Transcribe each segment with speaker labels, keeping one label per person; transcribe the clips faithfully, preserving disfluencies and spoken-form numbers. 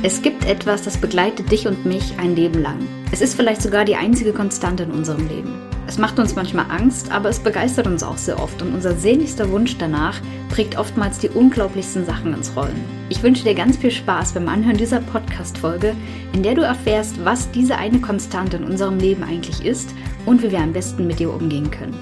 Speaker 1: Es gibt etwas, das begleitet dich und mich ein Leben lang. Es ist vielleicht sogar die einzige Konstante in unserem Leben. Es macht uns manchmal Angst, aber es begeistert uns auch sehr oft und unser sehnlichster Wunsch danach bringt oftmals die unglaublichsten Sachen ins Rollen. Ich wünsche dir ganz viel Spaß beim Anhören dieser Podcast-Folge, in der du erfährst, was diese eine Konstante in unserem Leben eigentlich ist und wie wir am besten mit ihr umgehen können.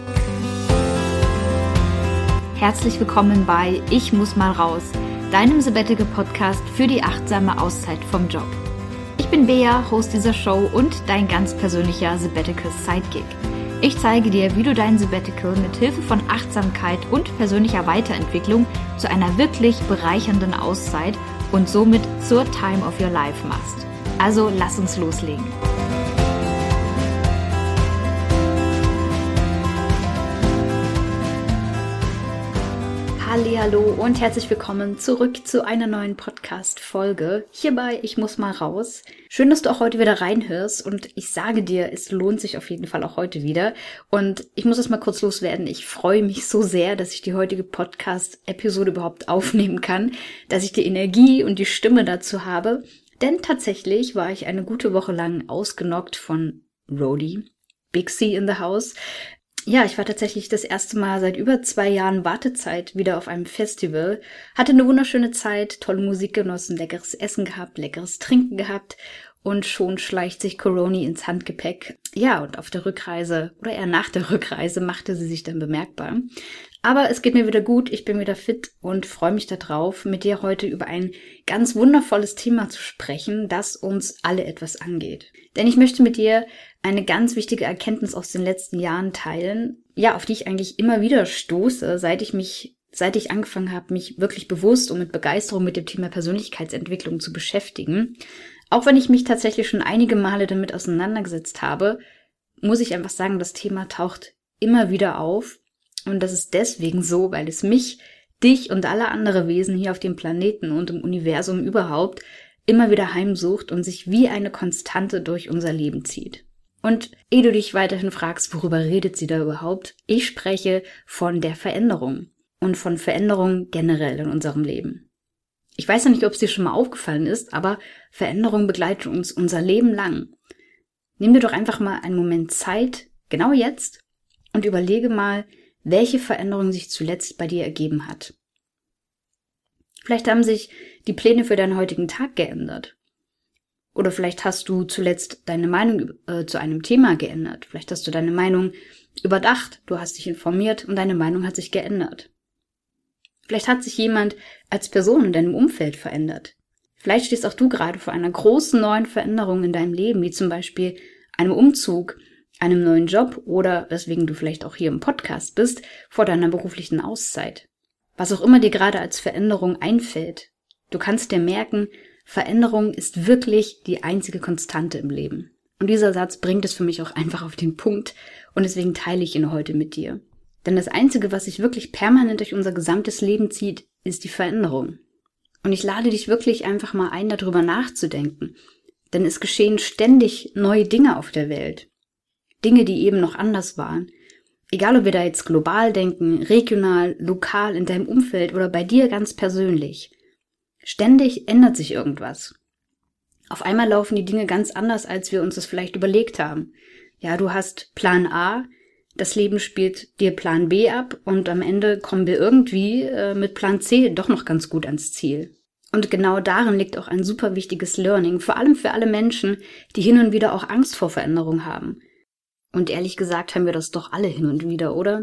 Speaker 1: Herzlich willkommen bei Ich muss mal raus, deinem Sabbatical-Podcast für die achtsame Auszeit vom Job. Ich bin Bea, Host dieser Show und dein ganz persönlicher Sabbatical-Sidekick. Ich zeige dir, wie du dein Sabbatical mit Hilfe von Achtsamkeit und persönlicher Weiterentwicklung zu einer wirklich bereichernden Auszeit und somit zur Time of Your Life machst. Also lass uns loslegen. Hallihallo und herzlich willkommen zurück zu einer neuen Podcast-Folge. Hierbei Ich muss mal raus. Schön, dass du auch heute wieder reinhörst und ich sage dir, es lohnt sich auf jeden Fall auch heute wieder. Und ich muss es mal kurz loswerden. Ich freue mich so sehr, dass ich die heutige Podcast-Episode überhaupt aufnehmen kann, dass ich die Energie und die Stimme dazu habe. Denn tatsächlich war ich eine gute Woche lang ausgenockt von Rody, Big C in the House. Ja, ich war tatsächlich das erste Mal seit über zwei Jahren Wartezeit wieder auf einem Festival, hatte eine wunderschöne Zeit, tolle Musik genossen, leckeres Essen gehabt, leckeres Trinken gehabt und schon schleicht sich Corona ins Handgepäck. Ja, und auf der Rückreise oder eher nach der Rückreise machte sie sich dann bemerkbar. Aber es geht mir wieder gut, ich bin wieder fit und freue mich darauf, mit dir heute über ein ganz wundervolles Thema zu sprechen, das uns alle etwas angeht. Denn ich möchte mit dir eine ganz wichtige Erkenntnis aus den letzten Jahren teilen, ja, auf die ich eigentlich immer wieder stoße, seit ich mich, seit ich angefangen habe, mich wirklich bewusst und mit Begeisterung mit dem Thema Persönlichkeitsentwicklung zu beschäftigen. Auch wenn ich mich tatsächlich schon einige Male damit auseinandergesetzt habe, muss ich einfach sagen, das Thema taucht immer wieder auf. Und das ist deswegen so, weil es mich, dich und alle andere Wesen hier auf dem Planeten und im Universum überhaupt immer wieder heimsucht und sich wie eine Konstante durch unser Leben zieht. Und ehe du dich weiterhin fragst, worüber redet sie da überhaupt, ich spreche von der Veränderung und von Veränderung generell in unserem Leben. Ich weiß ja nicht, ob es dir schon mal aufgefallen ist, aber Veränderung begleitet uns unser Leben lang. Nimm dir doch einfach mal einen Moment Zeit, genau jetzt, und überlege mal, welche Veränderung sich zuletzt bei dir ergeben hat. Vielleicht haben sich die Pläne für deinen heutigen Tag geändert. Oder vielleicht hast du zuletzt deine Meinung äh, zu einem Thema geändert. Vielleicht hast du deine Meinung überdacht, du hast dich informiert und deine Meinung hat sich geändert. Vielleicht hat sich jemand als Person in deinem Umfeld verändert. Vielleicht stehst auch du gerade vor einer großen neuen Veränderung in deinem Leben, wie zum Beispiel einem Umzug, einem neuen Job oder, weswegen du vielleicht auch hier im Podcast bist, vor deiner beruflichen Auszeit. Was auch immer dir gerade als Veränderung einfällt, du kannst dir merken, Veränderung ist wirklich die einzige Konstante im Leben. Und dieser Satz bringt es für mich auch einfach auf den Punkt und deswegen teile ich ihn heute mit dir. Denn das Einzige, was sich wirklich permanent durch unser gesamtes Leben zieht, ist die Veränderung. Und ich lade dich wirklich einfach mal ein, darüber nachzudenken. Denn es geschehen ständig neue Dinge auf der Welt. Dinge, die eben noch anders waren. Egal, ob wir da jetzt global denken, regional, lokal, in deinem Umfeld oder bei dir ganz persönlich. Ständig ändert sich irgendwas. Auf einmal laufen die Dinge ganz anders, als wir uns das vielleicht überlegt haben. Ja, du hast Plan A, das Leben spielt dir Plan B ab und am Ende kommen wir irgendwie äh, mit Plan C doch noch ganz gut ans Ziel. Und genau darin liegt auch ein super wichtiges Learning, vor allem für alle Menschen, die hin und wieder auch Angst vor Veränderung haben. Und ehrlich gesagt haben wir das doch alle hin und wieder, oder?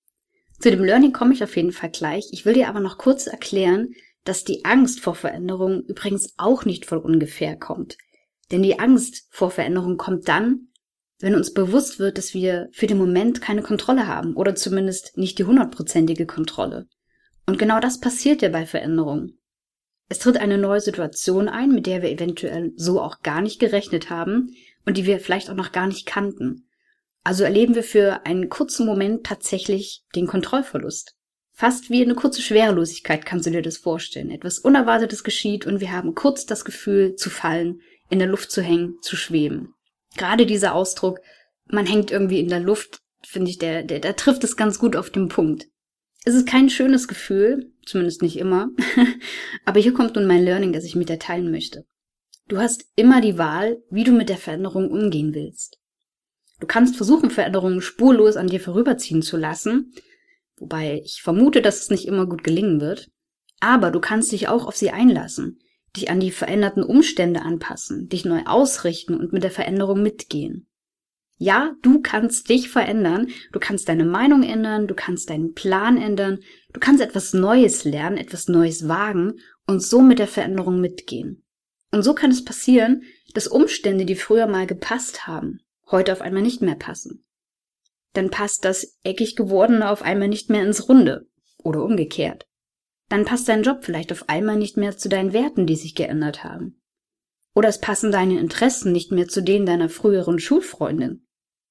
Speaker 1: Zu dem Learning komme ich auf jeden Fall gleich. Ich will dir aber noch kurz erklären, dass die Angst vor Veränderung übrigens auch nicht von ungefähr kommt. Denn die Angst vor Veränderung kommt dann, wenn uns bewusst wird, dass wir für den Moment keine Kontrolle haben oder zumindest nicht die hundertprozentige Kontrolle. Und genau das passiert ja bei Veränderung. Es tritt eine neue Situation ein, mit der wir eventuell so auch gar nicht gerechnet haben und die wir vielleicht auch noch gar nicht kannten. Also erleben wir für einen kurzen Moment tatsächlich den Kontrollverlust. Fast wie eine kurze Schwerelosigkeit kannst du dir das vorstellen. Etwas Unerwartetes geschieht und wir haben kurz das Gefühl zu fallen, in der Luft zu hängen, zu schweben. Gerade dieser Ausdruck, man hängt irgendwie in der Luft, finde ich, der, der, der trifft es ganz gut auf den Punkt. Es ist kein schönes Gefühl, zumindest nicht immer, aber hier kommt nun mein Learning, das ich mit dir teilen möchte. Du hast immer die Wahl, wie du mit der Veränderung umgehen willst. Du kannst versuchen, Veränderungen spurlos an dir vorüberziehen zu lassen, wobei ich vermute, dass es nicht immer gut gelingen wird, aber du kannst dich auch auf sie einlassen, dich an die veränderten Umstände anpassen, dich neu ausrichten und mit der Veränderung mitgehen. Ja, du kannst dich verändern, du kannst deine Meinung ändern, du kannst deinen Plan ändern, du kannst etwas Neues lernen, etwas Neues wagen und so mit der Veränderung mitgehen. Und so kann es passieren, dass Umstände, die früher mal gepasst haben, heute auf einmal nicht mehr passen. Dann passt das eckig gewordene auf einmal nicht mehr ins Runde oder umgekehrt. Dann passt dein Job vielleicht auf einmal nicht mehr zu deinen Werten, die sich geändert haben. Oder es passen deine Interessen nicht mehr zu denen deiner früheren Schulfreundin.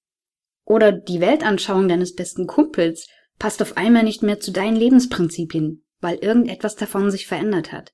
Speaker 1: Oder die Weltanschauung deines besten Kumpels passt auf einmal nicht mehr zu deinen Lebensprinzipien, weil irgendetwas davon sich verändert hat.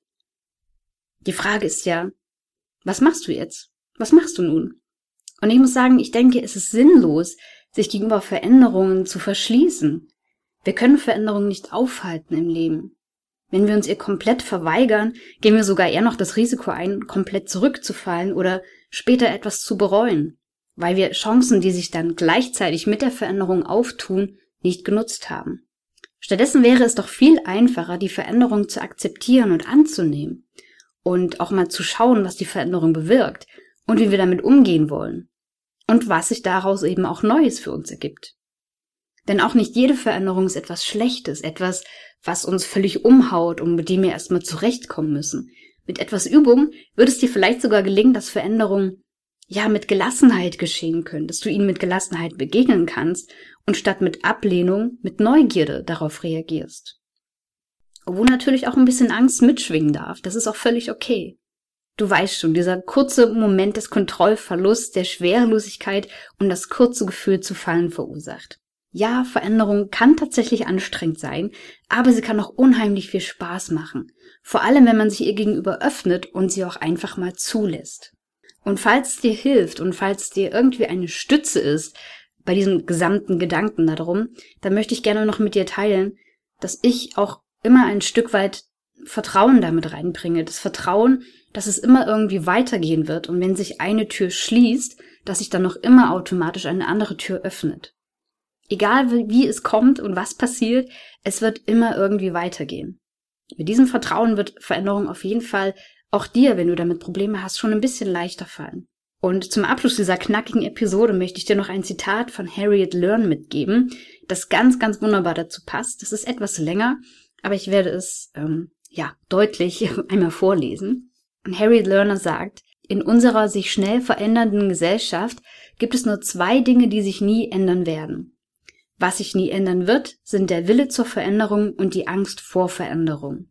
Speaker 1: Die Frage ist ja, was machst du jetzt? Was machst du nun? Und ich muss sagen, ich denke, es ist sinnlos, sich gegenüber Veränderungen zu verschließen. Wir können Veränderungen nicht aufhalten im Leben. Wenn wir uns ihr komplett verweigern, gehen wir sogar eher noch das Risiko ein, komplett zurückzufallen oder später etwas zu bereuen, weil wir Chancen, die sich dann gleichzeitig mit der Veränderung auftun, nicht genutzt haben. Stattdessen wäre es doch viel einfacher, die Veränderung zu akzeptieren und anzunehmen und auch mal zu schauen, was die Veränderung bewirkt und wie wir damit umgehen wollen und was sich daraus eben auch Neues für uns ergibt. Denn auch nicht jede Veränderung ist etwas Schlechtes, etwas, was uns völlig umhaut und mit dem wir erstmal zurechtkommen müssen. Mit etwas Übung wird es dir vielleicht sogar gelingen, dass Veränderungen ja mit Gelassenheit geschehen können, dass du ihnen mit Gelassenheit begegnen kannst und statt mit Ablehnung mit Neugierde darauf reagierst. Obwohl natürlich auch ein bisschen Angst mitschwingen darf, das ist auch völlig okay. Du weißt schon, dieser kurze Moment des Kontrollverlusts, der Schwerelosigkeit und das kurze Gefühl zu fallen verursacht. Ja, Veränderung kann tatsächlich anstrengend sein, aber sie kann auch unheimlich viel Spaß machen. Vor allem, wenn man sich ihr gegenüber öffnet und sie auch einfach mal zulässt. Und falls es dir hilft und falls es dir irgendwie eine Stütze ist bei diesem gesamten Gedanken darum, dann möchte ich gerne noch mit dir teilen, dass ich auch immer ein Stück weit Vertrauen damit reinbringe. Das Vertrauen, dass es immer irgendwie weitergehen wird und wenn sich eine Tür schließt, dass sich dann noch immer automatisch eine andere Tür öffnet. Egal wie, wie es kommt und was passiert, es wird immer irgendwie weitergehen. Mit diesem Vertrauen wird Veränderung auf jeden Fall auch dir, wenn du damit Probleme hast, schon ein bisschen leichter fallen. Und zum Abschluss dieser knackigen Episode möchte ich dir noch ein Zitat von Harriet Lerner mitgeben, das ganz, ganz wunderbar dazu passt. Das ist etwas länger, aber ich werde es ähm, ja deutlich einmal vorlesen. Und Harriet Lerner sagt, in unserer sich schnell verändernden Gesellschaft gibt es nur zwei Dinge, die sich nie ändern werden. Was sich nie ändern wird, sind der Wille zur Veränderung und die Angst vor Veränderung.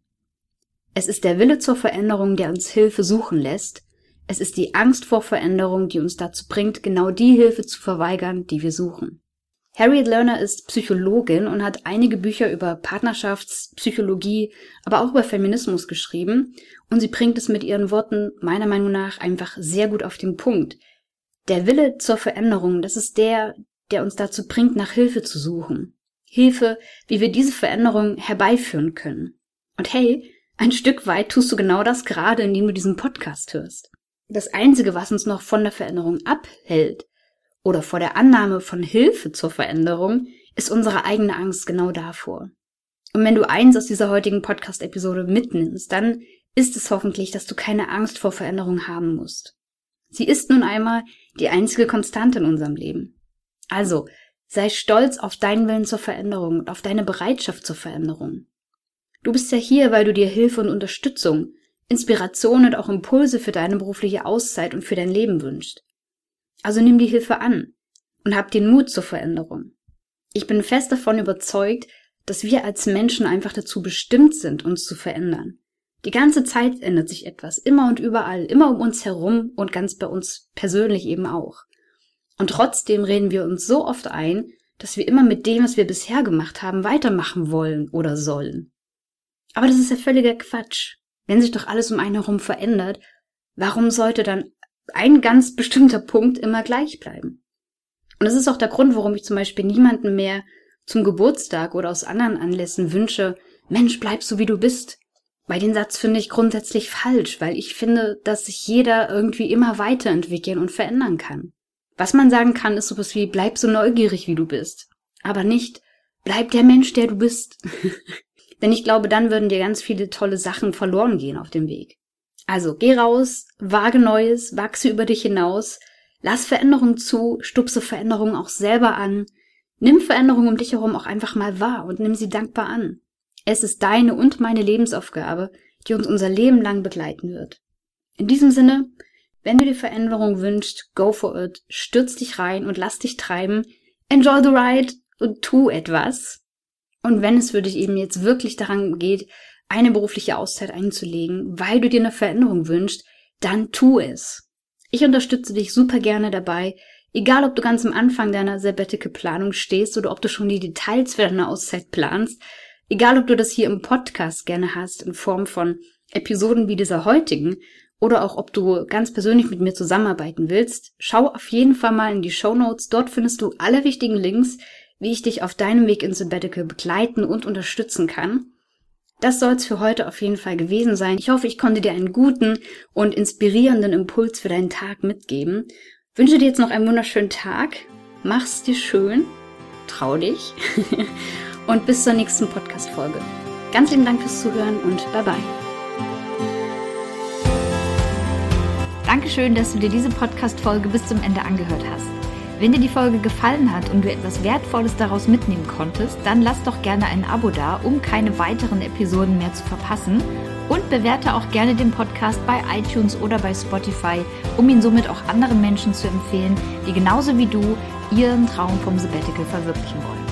Speaker 1: Es ist der Wille zur Veränderung, der uns Hilfe suchen lässt. Es ist die Angst vor Veränderung, die uns dazu bringt, genau die Hilfe zu verweigern, die wir suchen. Harriet Lerner ist Psychologin und hat einige Bücher über Partnerschaftspsychologie, aber auch über Feminismus geschrieben. Und sie bringt es mit ihren Worten meiner Meinung nach einfach sehr gut auf den Punkt. Der Wille zur Veränderung, das ist der, der uns dazu bringt, nach Hilfe zu suchen. Hilfe, wie wir diese Veränderung herbeiführen können. Und hey, ein Stück weit tust du genau das gerade, indem du diesen Podcast hörst. Das Einzige, was uns noch von der Veränderung abhält oder vor der Annahme von Hilfe zur Veränderung, ist unsere eigene Angst genau davor. Und wenn du eins aus dieser heutigen Podcast-Episode mitnimmst, dann ist es hoffentlich, dass du keine Angst vor Veränderung haben musst. Sie ist nun einmal die einzige Konstante in unserem Leben. Also, sei stolz auf deinen Willen zur Veränderung und auf deine Bereitschaft zur Veränderung. Du bist ja hier, weil du dir Hilfe und Unterstützung, Inspiration und auch Impulse für deine berufliche Auszeit und für dein Leben wünschst. Also nimm die Hilfe an und hab den Mut zur Veränderung. Ich bin fest davon überzeugt, dass wir als Menschen einfach dazu bestimmt sind, uns zu verändern. Die ganze Zeit ändert sich etwas, immer und überall, immer um uns herum und ganz bei uns persönlich eben auch. Und trotzdem reden wir uns so oft ein, dass wir immer mit dem, was wir bisher gemacht haben, weitermachen wollen oder sollen. Aber das ist ja völliger Quatsch. Wenn sich doch alles um einen herum verändert, warum sollte dann ein ganz bestimmter Punkt immer gleich bleiben? Und das ist auch der Grund, warum ich zum Beispiel niemanden mehr zum Geburtstag oder aus anderen Anlässen wünsche, Mensch, bleib so wie du bist. Weil den Satz finde ich grundsätzlich falsch, weil ich finde, dass sich jeder irgendwie immer weiterentwickeln und verändern kann. Was man sagen kann, ist sowas wie, bleib so neugierig, wie du bist. Aber nicht, bleib der Mensch, der du bist. Denn ich glaube, dann würden dir ganz viele tolle Sachen verloren gehen auf dem Weg. Also, geh raus, wage Neues, wachse über dich hinaus, lass Veränderungen zu, stupse Veränderungen auch selber an, nimm Veränderungen um dich herum auch einfach mal wahr und nimm sie dankbar an. Es ist deine und meine Lebensaufgabe, die uns unser Leben lang begleiten wird. In diesem Sinne, wenn du dir Veränderung wünschst, go for it, stürz dich rein und lass dich treiben, enjoy the ride und tu etwas. Und wenn es für dich eben jetzt wirklich daran geht, eine berufliche Auszeit einzulegen, weil du dir eine Veränderung wünschst, dann tu es. Ich unterstütze dich super gerne dabei, egal ob du ganz am Anfang deiner Sabbatical-Planung stehst oder ob du schon die Details für deine Auszeit planst, egal ob du das hier im Podcast gerne hast in Form von Episoden wie dieser heutigen oder auch ob du ganz persönlich mit mir zusammenarbeiten willst, schau auf jeden Fall mal in die Shownotes, dort findest du alle wichtigen Links, wie ich dich auf deinem Weg ins Sabbatical begleiten und unterstützen kann. Das soll es für heute auf jeden Fall gewesen sein. Ich hoffe, ich konnte dir einen guten und inspirierenden Impuls für deinen Tag mitgeben. Ich wünsche dir jetzt noch einen wunderschönen Tag. Mach's dir schön. Trau dich. Und bis zur nächsten Podcast-Folge. Ganz lieben Dank fürs Zuhören und bye bye. Dankeschön, dass du dir diese Podcast-Folge bis zum Ende angehört hast. Wenn dir die Folge gefallen hat und du etwas Wertvolles daraus mitnehmen konntest, dann lass doch gerne ein Abo da, um keine weiteren Episoden mehr zu verpassen. Und bewerte auch gerne den Podcast bei iTunes oder bei Spotify, um ihn somit auch anderen Menschen zu empfehlen, die genauso wie du ihren Traum vom Sabbatical verwirklichen wollen.